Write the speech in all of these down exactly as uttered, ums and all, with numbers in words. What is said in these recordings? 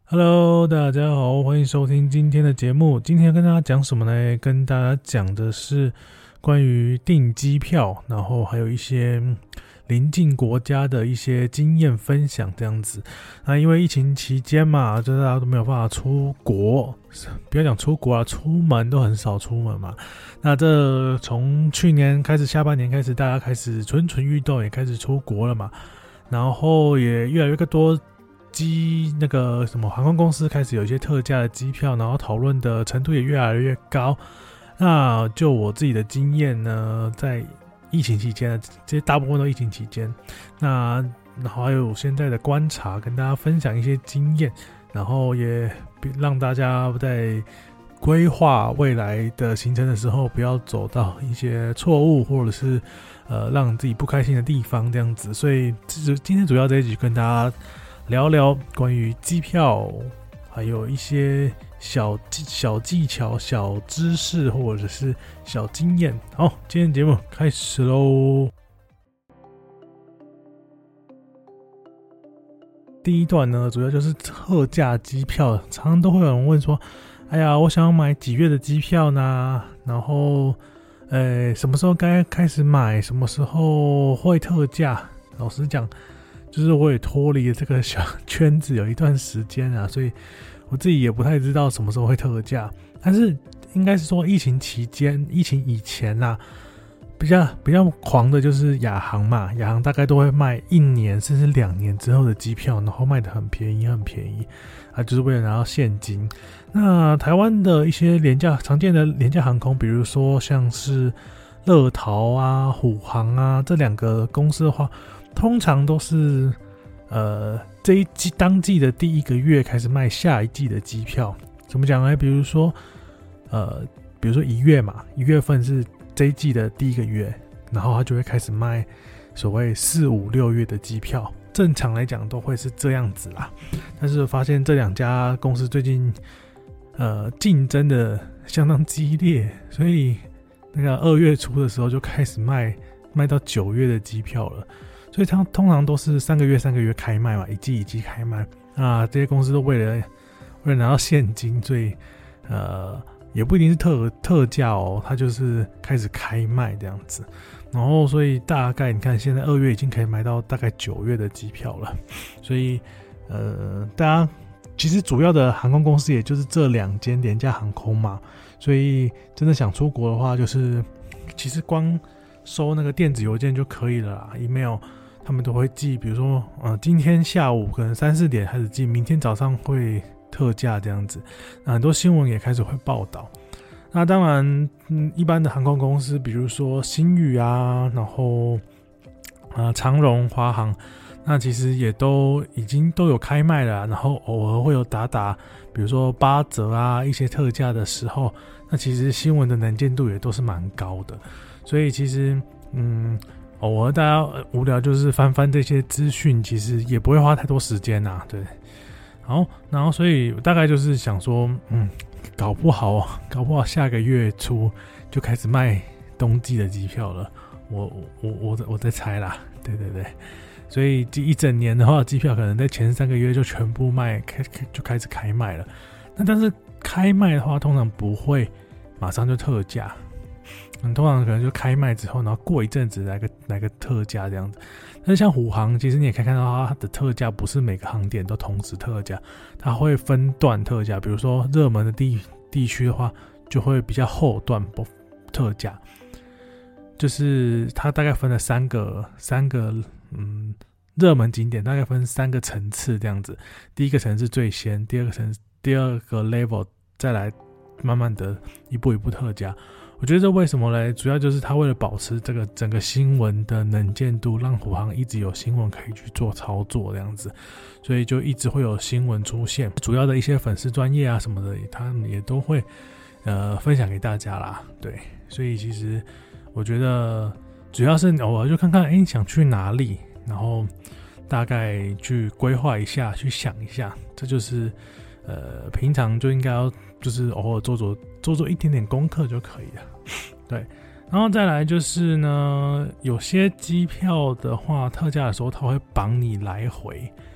Hello，大家好，欢迎收听今天的节目。今天要跟大家讲什么呢？跟大家讲的是关于订机票，然后还有一些邻近国家的一些经验分享这样子。那因为疫情期间嘛，就大家都没有办法出国，不要讲出国啊，出门都很少出门嘛。那这从去年开始，下半年开始，大家开始蠢蠢欲动，也开始出国了嘛。然后也越来越多机那个什么航空公司开始有一些特价的机票，然后讨论的程度也越来越高。那就我自己的经验呢，在疫情期间，这些大部分都疫情期间，那然后还有现在的观察，跟大家分享一些经验，然后也让大家在规划未来的行程的时候，不要走到一些错误，或者是呃让自己不开心的地方这样子。所以今天主要这一集跟大家聊聊关于机票，还有一些小小技巧、小知识或者是小经验。好，今天节目开始喽。第一段呢，主要就是特价机票，常常都会有人问说：“哎呀，我想要买几月的机票呢？然后，呃，什么时候该开始买？什么时候会特价？”老实讲，就是我也脱离了这个小圈子有一段时间啊，所以我自己也不太知道什么时候会特价。但是应该是说疫情期间、疫情以前啊，比较比较狂的就是亚航嘛，亚航大概都会卖一年甚至两年之后的机票，然后卖得很便宜很便宜啊，就是为了拿到现金。那台湾的一些廉价常见的廉价航空，比如说像是乐桃啊、虎航啊这两个公司的话，通常都是呃这一季当季的第一个月开始卖下一季的机票。怎么讲呢？比如说呃比如说一月嘛，一月份是这一季的第一个月，然后他就会开始卖所谓四五六月的机票。正常来讲都会是这样子啦，但是我发现这两家公司最近呃竞争的相当激烈，所以那个二月初的时候就开始卖卖到九月的机票了。所以它通常都是三个月三个月开卖嘛，一季一季开卖啊。这些公司都为了为了拿到现金，所以呃也不一定是特特价哦，它就是开始开卖这样子。然后所以大概你看，现在二月已经可以买到大概九月的机票了。所以呃大家其实主要的航空公司也就是这两间廉价航空嘛，所以真的想出国的话，就是其实光收那个电子邮件就可以了啦 ，email 他们都会寄，比如说呃今天下午可能三四点开始寄，明天早上会特价这样子。那很多新闻也开始会报道。那当然，嗯，一般的航空公司，比如说星宇啊，然后啊、呃、长荣、华航，那其实也都已经都有开卖了，然后偶尔会有打打，比如说八折啊，一些特价的时候，那其实新闻的能见度也都是蛮高的。所以其实，嗯，偶尔大家无聊就是翻翻这些资讯，其实也不会花太多时间呐、啊，对。好，然后所以大概就是想说，嗯。搞不好，搞不好下个月初就开始卖冬季的机票了。我我我我在猜啦，对对对。所以一整年的话，机票可能在前三个月就全部卖，开就开始开卖了。那但是开卖的话，通常不会马上就特价，嗯，通常可能就开卖之后，然后过一阵子来个来个特价这样子。但是像虎航，其实你也可以看到它的特价不是每个航点都同时特价，它会分段特价。比如说热门的地地区的话，就会比较后段特价，就是它大概分了三个三个嗯热门景点，大概分三个层次这样子。第一个层次最先，第二个层第二个 level 再来慢慢的一步一步特价。我觉得这为什么呢？主要就是他为了保持这个整个新闻的能见度，让虎航一直有新闻可以去做操作这样子，所以就一直会有新闻出现。主要的一些粉丝专页啊什么的，他们也都会呃分享给大家啦。对，所以其实我觉得主要是偶尔就看看，哎、欸，想去哪里，然后大概去规划一下，去想一下，这就是呃平常就应该要。就是偶尔做做做做一点点功课就可以了，对。然后再来就是呢，有些机票的话，特价的时候它会绑你来回，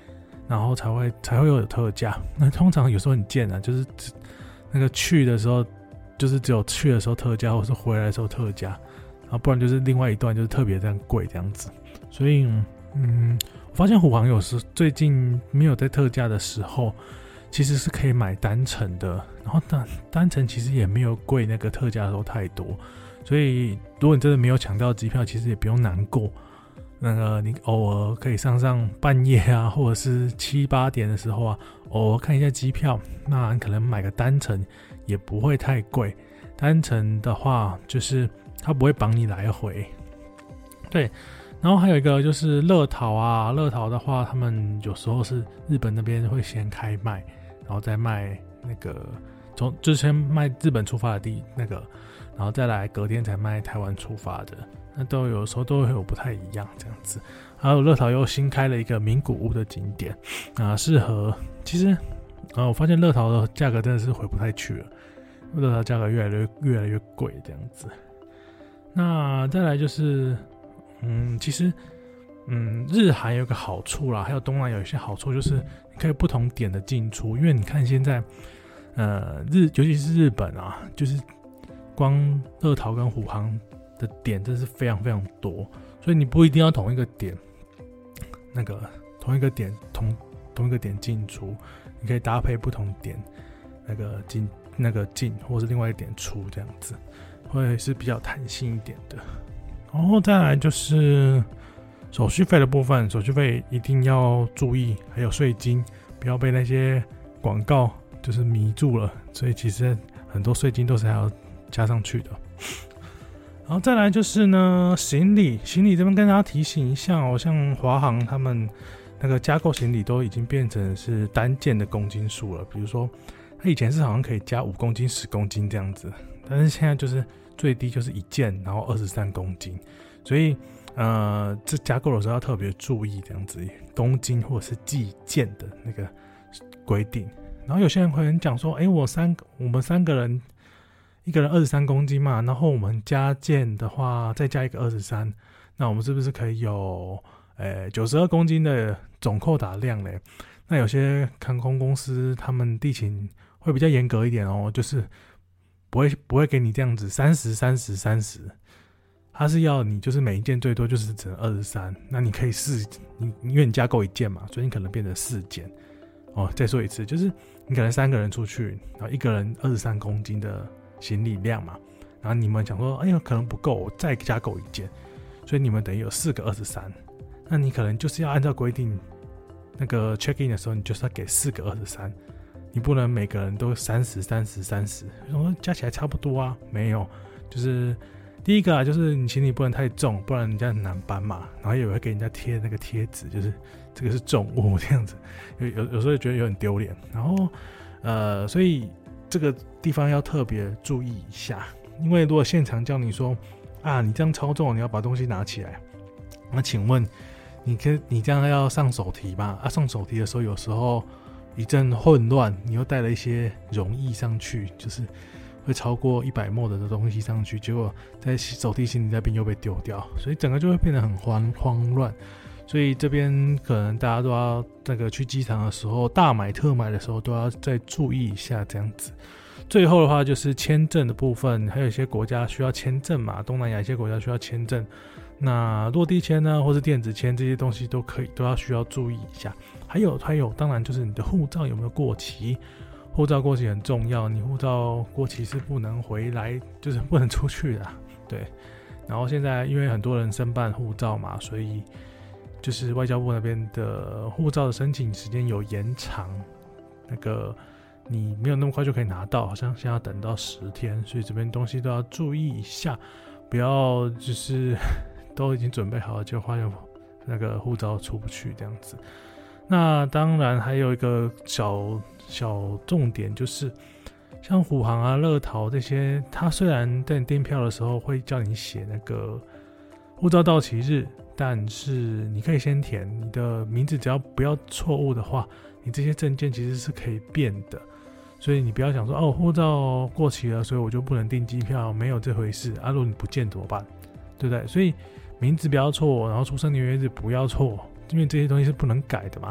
然后才会才会有特价。那通常有时候很贱啊，就是那个去的时候，就是只有去的时候特价，或是回来的时候特价，然后不然就是另外一段就是特别这样贵这样子。所以，嗯，我发现虎航有时最近没有在特价的时候，其实是可以买单程的，然后单单程其实也没有贵那个特价的时候太多。所以，如果你真的没有抢到机票，其实也不用难过。那个你偶尔可以上上半夜啊，或者是七八点的时候啊，偶尔看一下机票，那你可能买个单程也不会太贵。单程的话，就是它不会绑你来回。对，然后还有一个就是乐淘啊，乐淘的话，他们有时候是日本那边会先开卖，然后再卖那个从就先卖日本出发的地那个。然后再来隔天才卖台湾出发的，那都有时候都会有不太一样这样子。还有乐淘又新开了一个名古屋的景点啊，适合其实啊，我发现乐淘的价格真的是回不太去了，乐淘价格越来越越来越贵这样子。那再来就是嗯，其实嗯，日韩有个好处啦，还有东南有一些好处，就是你可以不同点的进出，因为你看现在呃日尤其是日本啊，就是光乐淘跟虎航的点真是非常非常多，所以你不一定要同一个点，那个同一个点同同一个点进出，你可以搭配不同点那个进那个进，或是另外一点出这样子，会是比较弹性一点的。然后再来就是手续费的部分，手续费一定要注意，还有税金，不要被那些广告就是迷住了，所以其实很多税金都是还要加上去的。然后再来就是呢，行李，行李这边跟大家提醒一下哦，像华航他们那个加购行李都已经变成是单件的公斤数了，比如说它以前是好像可以加五公斤、十公斤这样子，但是现在就是最低就是一件，然后二十三公斤，所以呃，这加购的时候要特别注意这样子公斤或者是计件的那个规定。然后有些人会讲说，哎，我三我们三个人。一个人二十三公斤嘛，然后我们加件的话再加一个二十三，那我们是不是可以有呃九十二公斤的总扣打量嘞？那有些航空公司他们地勤会比较严格一点哦，就是不会不会给你这样子三十三十三十，他是要你就是每一件最多就是只能二十三，那你可以四你因为你加购一件嘛，所以你可能变成四件哦。再说一次，就是你可能三个人出去，然后一个人二十三公斤的行李量嘛，然后你们想说，哎呦，可能不够，我再加购一件，所以你们等于有四个二十三，那你可能就是要按照规定，那个 check in 的时候，你就是要给四个二十三，你不能每个人都三十、三十、三十，我说加起来差不多啊，没有，就是第一个啊，就是你行李不能太重，不然人家很难搬嘛，然后也会给人家贴那个贴纸，就是这个是重物这样子，有有有时候觉得有点丢脸，然后呃，所以。这个地方要特别注意一下，因为如果现场叫你说啊，你这样超重，你要把东西拿起来，那请问你可你这样要上手提吗？啊，上手提的时候有时候一阵混乱，你又带了一些溶液上去，就是会超过一百 毫升 的东西上去，结果在手提行李那边又被丢掉，所以整个就会变得很慌慌乱。所以这边可能大家都要那个去机场的时候大买特买的时候都要再注意一下这样子。最后的话就是签证的部分，还有一些国家需要签证嘛，东南亚一些国家需要签证，那落地签呢或是电子签这些东西都可以都要需要注意一下。还有还有当然就是你的护照有没有过期，护照过期很重要，你护照过期是不能回来，就是不能出去的，对。然后现在因为很多人申办护照嘛，所以就是外交部那边的护照的申请时间有延长，那个你没有那么快就可以拿到，好像现在要等到十天，所以这边东西都要注意一下，不要就是都已经准备好了，就发现那个护照出不去这样子。那当然还有一个小小重点，就是像虎航啊、乐淘这些，它虽然在你订票的时候会叫你写那个护照到期日，但是你可以先填你的名字，只要不要错误的话，你这些证件其实是可以变的。所以你不要想说哦，护照过期了，所以我就不能订机票，没有这回事啊！如果你不见怎么办？对不对？所以名字不要错，然后出生年月日不要错，因为这些东西是不能改的嘛。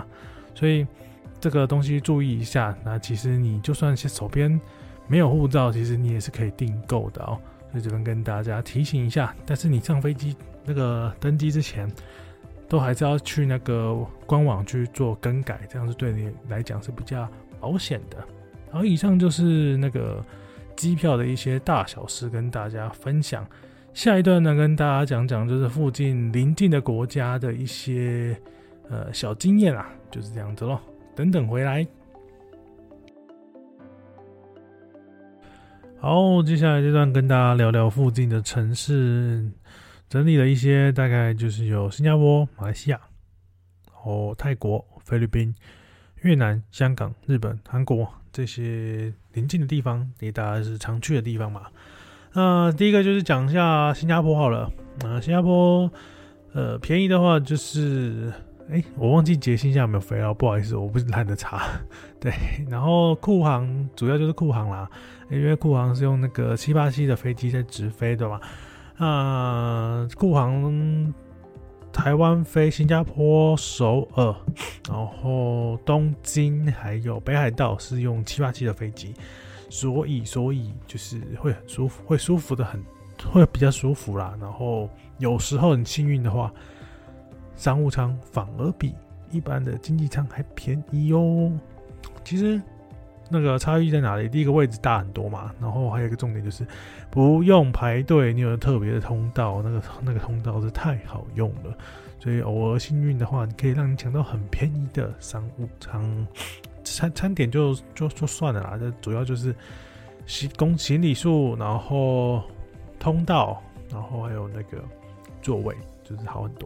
所以这个东西注意一下。那其实你就算是手边没有护照，其实你也是可以订购的哦。所以这边跟大家提醒一下，但是你上飞机那个登机之前，都还是要去那个官网去做更改，这样是对你来讲是比较保险的。然后以上就是那个机票的一些大小事跟大家分享。下一段呢，跟大家讲讲就是附近邻近的国家的一些呃小经验啊，就是这样子咯。等等回来。好，接下来这段跟大家聊聊附近的城市，整理了一些，大概就是有新加坡、马来西亚，然后泰国、菲律宾、越南、香港、日本、韩国这些邻近的地方，也大家是常去的地方嘛。那第一个就是讲一下新加坡好了。呃，新加坡呃便宜的话就是，哎，我忘记捷星现在有没有飞了，不好意思，我不是懒得查。对，然后库航主要就是库航啦。因为库航是用那个七八七的飞机在直飞的嘛，那库航台湾飞新加坡、首尔，然后东京还有北海道是用七八七的飞机，所以所以就是会很舒服，会舒服的很，会比较舒服啦。然后有时候很幸运的话，商务舱反而比一般的经济舱还便宜哦。其实。那个差异在哪里？第一个位置大很多嘛，然后还有一个重点就是不用排队，你有特别的通道，那个那个通道是太好用了，所以偶尔幸运的话，你可以让你抢到很便宜的商务舱。餐餐点就就就算了啦，这主要就是行行李数，然后通道，然后还有那个座位，就是好很多，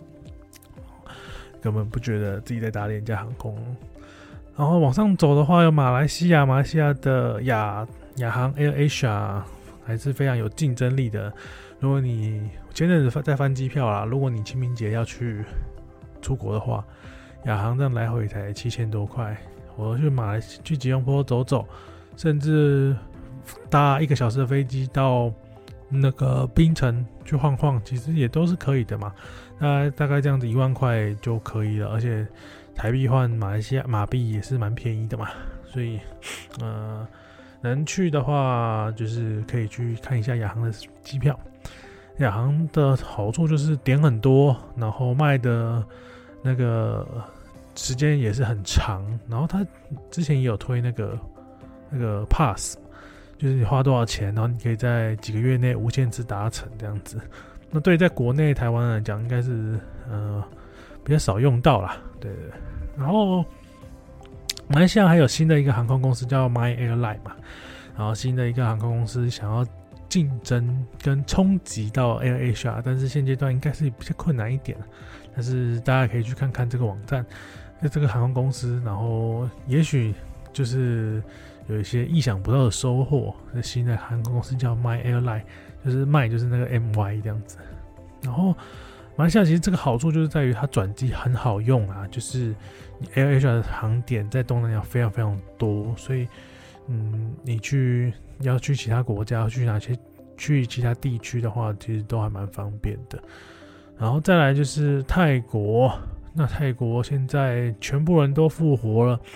根本不觉得自己在搭廉价航空。然后往上走的话，有马来西亚，马来西亚的亚亚航 AirAsia 还是非常有竞争力的。如果你前阵子在翻机票啦，如果你清明节要去出国的话，亚航这样来回才七千多块。我去马来去吉隆坡走走，甚至搭一个小时的飞机到那个槟城去晃晃，其实也都是可以的嘛。那大概这样子一万块就可以了，而且。台币换马来西亚马币也是蛮便宜的嘛，所以呃能去的话，就是可以去看一下亚航的机票。亚航的好处就是点很多，然后卖的那个时间也是很长，然后他之前也有推那个那个 pass， 就是你花多少钱，然后你可以在几个月内无限次达成这样子。那对在国内台湾来讲，应该是呃比较少用到啦。对对对，然后马来西亚还有新的一个航空公司叫 My Airline 嘛，然后新的一个航空公司想要竞争跟冲击到 AirAsia， 但是现阶段应该是比较困难一点，但是大家可以去看看这个网站，这个航空公司，然后也许就是有一些意想不到的收获。这新的航空公司叫 My Airline， 就是 My 就是那个 M Y 这样子，然后。马来西亚其实这个好处就是在于它转机很好用啊，就是你 AirAsia 的航点在东南亚非常非常多，所以嗯，你去要去其他国家，去哪些去其他地区的话，其实都还蛮方便的。然后再来就是泰国，那泰国现在全部人都复活了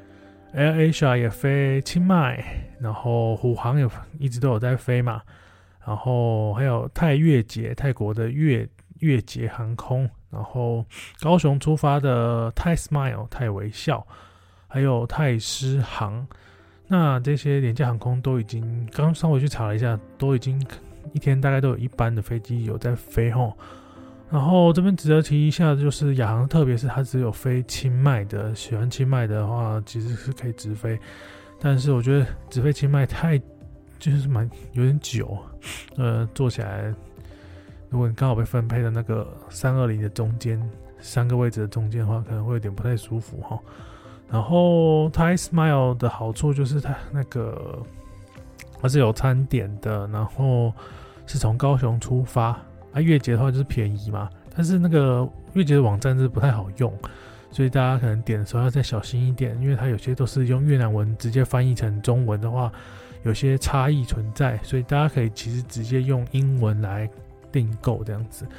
，AirAsia 也飞清迈，然后虎航也一直都有在飞嘛，然后还有泰越捷，泰国的越。越捷航空，然后高雄出发的泰 Smile 泰微笑，还有泰狮航，那这些廉价航空都已经刚稍微去查了一下，都已经一天大概都有一班的飞机有在飞吼。然后这边值得提一下的就是亚航，特别是它只有飞清迈的，喜欢清迈的话其实是可以直飞，但是我觉得直飞清迈太就是蛮有点久，呃，坐起来。如果你刚好被分配的那个三二零的中间三个位置的中间的话，可能会有点不太舒服哈。然后Thai Smile 的好处就是它那个它是有餐点的，然后是从高雄出发啊。越捷的话就是便宜嘛，但是那个越捷的网站是不太好用，所以大家可能点的时候要再小心一点，因为它有些都是用越南文直接翻译成中文的话，有些差异存在，所以大家可以其实直接用英文来订购这样子。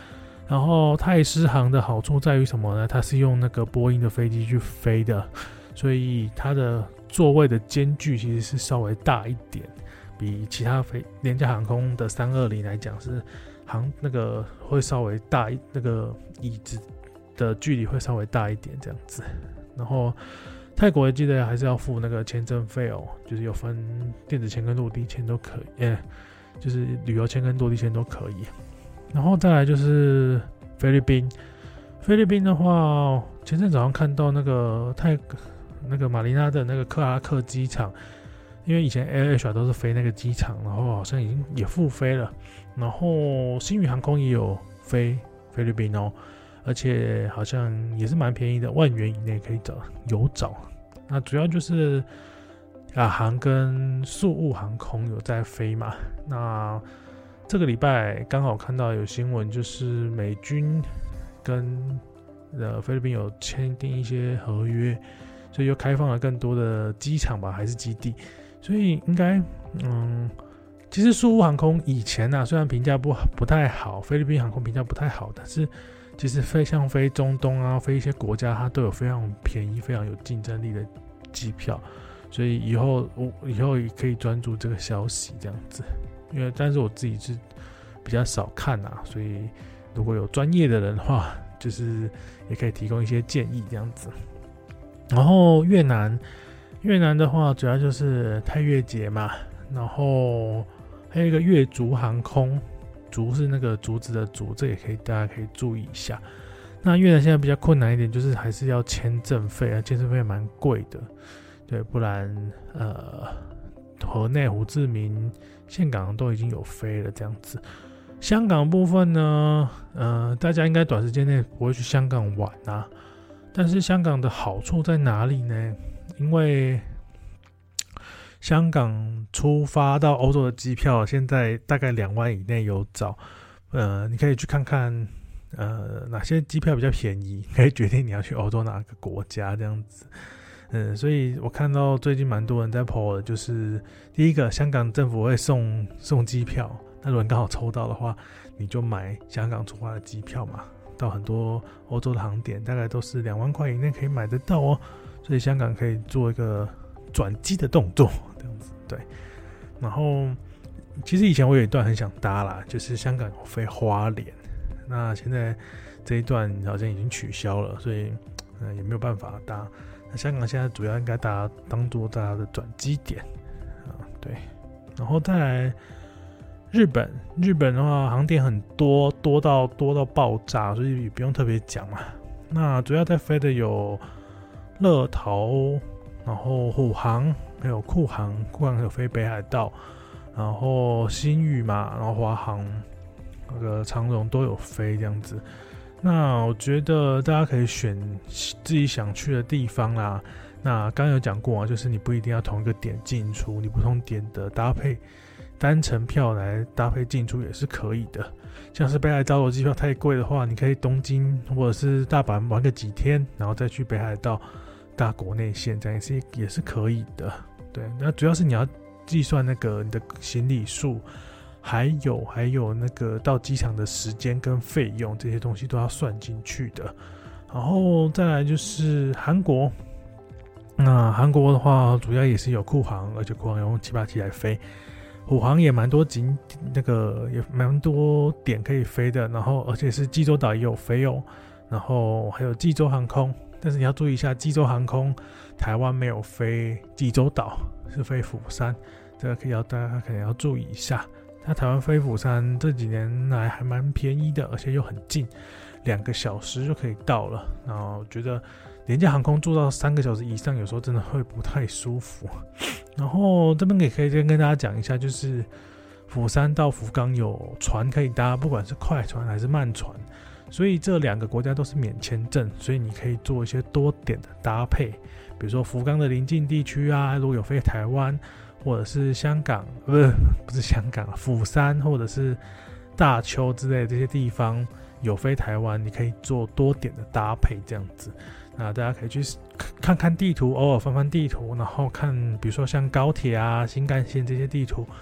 然后泰狮航的好处在于什么呢？它是用那个波音的飞机去飞的，所以它的座位的间距其实是稍微大一点，比其他飞廉价航空的三二零来讲是航那个会稍微大一，那个椅子的距离会稍微大一点这样子。然后泰国记得还是要付那个签证费哦，就是有分电子签跟落地签都可以，欸、就是旅游签跟落地签都可以。然后再来就是菲律宾，菲律宾的话，前阵早上看到那个泰那个马尼拉的那个克拉克机场，因为以前 AirAsia 都是飞那个机场，然后好像已经也复飞了，然后星宇航空也有飞菲律宾哦，而且好像也是蛮便宜的，万元以内可以找有找。那主要就是亚航跟宿务航空有在飞嘛，那这个礼拜刚好看到有新闻，就是美军跟呃菲律宾有签订一些合约，所以又开放了更多的机场吧，还是基地，所以应该嗯，其实宿务航空以前啊，虽然评价不不太好，菲律宾航空评价不太好，但是其实飞像飞中东啊，飞一些国家，它都有非常便宜、非常有竞争力的机票，所以以后我以后也可以专注这个消息这样子。因为但是我自己是比较少看啊，所以如果有专业的人的话，就是也可以提供一些建议这样子。然后越南，越南的话主要就是泰越节嘛，然后还有一个越竹航空，竹是那个竹子的竹，这也可以大家可以注意一下。那越南现在比较困难一点，就是还是要签证费啊，签证费蛮贵的，对，不然呃河内、胡志明、岘港都已经有飞了这样子。香港部分呢，呃，大家应该短时间内不会去香港玩啊。但是香港的好处在哪里呢？因为香港出发到欧洲的机票现在大概两万以内有找，呃，你可以去看看，呃，哪些机票比较便宜，可以决定你要去欧洲哪个国家这样子。嗯，所以我看到最近蛮多人在 po 的，就是第一个，香港政府会送送机票，那如果你刚好抽到的话，你就买香港出发的机票嘛，到很多欧洲的航点，大概都是两万块以内可以买得到哦，所以香港可以做一个转机的动作，这样子对。然后其实以前我有一段很想搭啦，就是香港有飞花莲，那现在这一段好像已经取消了，所以、呃、也没有办法搭。那香港现在主要应该大家当做大家的转机点啊，对。然后再来日本，日本的话航点很多，多到多到爆炸，所以也不用特别讲嘛。那主要在飞的有乐桃，然后虎航，还有酷航，酷航有飞北海道，然后新宇嘛，然后华航、那个长荣都有飞这样子。那我觉得大家可以选自己想去的地方啦。那刚刚有讲过啊，就是你不一定要同一个点进出，你不同点的搭配单程票来搭配进出也是可以的。像是北海道的机票太贵的话，你可以东京或者是大阪玩个几天，然后再去北海道搭国内线，这样也是也是可以的。对，那主要是你要计算那个你的行李数。还有还有那个到机场的时间跟费用，这些东西都要算进去的。然后再来就是韩国，那韩国的话主要也是有酷航，而且酷航用七八七来飞，虎航也蛮多景那个也蛮多点可以飞的，然后而且是济州岛也有飞哦，然后还有济州航空，但是你要注意一下，济州航空台湾没有飞济州岛，是飞釜山，这个可以要大家可能要注意一下。它台湾飞釜山这几年来还蛮便宜的，而且又很近，两个小时就可以到了。然后我觉得廉价航空坐到三个小时以上，有时候真的会不太舒服。然后这边也可以跟大家讲一下，就是釜山到福冈有船可以搭，不管是快船还是慢船，所以这两个国家都是免签证，所以你可以做一些多点的搭配，比如说福冈的邻近地区啊，如果有飞台湾。或者是香港，不是不是香港，釜山或者是大邱之类的这些地方有飞台湾，你可以做多点的搭配这样子。那大家可以去看看地图，偶尔翻翻地图，然后看比如说像高铁啊、新干线这些地图，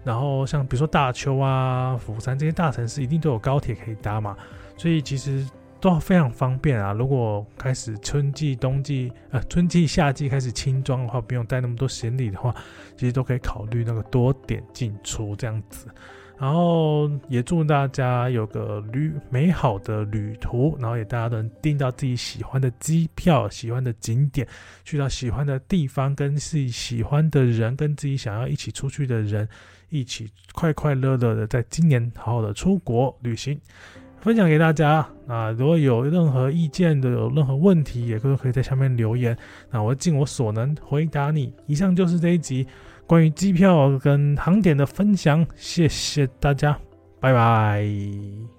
然后像比如说大邱啊、釜山这些大城市一定都有高铁可以搭嘛，所以其实都非常方便啊。如果开始春季、冬季、呃春季、夏季开始轻装的话，不用带那么多行李的话，其实都可以考虑那个多点进出这样子。然后也祝大家有个旅美好的旅途，然后也大家都能订到自己喜欢的机票、喜欢的景点，去到喜欢的地方，跟自己喜欢的人，跟自己想要一起出去的人，一起快快乐乐的在今年好好的出国旅行。分享给大家。那如果有任何意见的、有任何问题，也都可以在下面留言，那我尽我所能回答你。以上就是这一集关于机票跟航点的分享，谢谢大家，拜拜。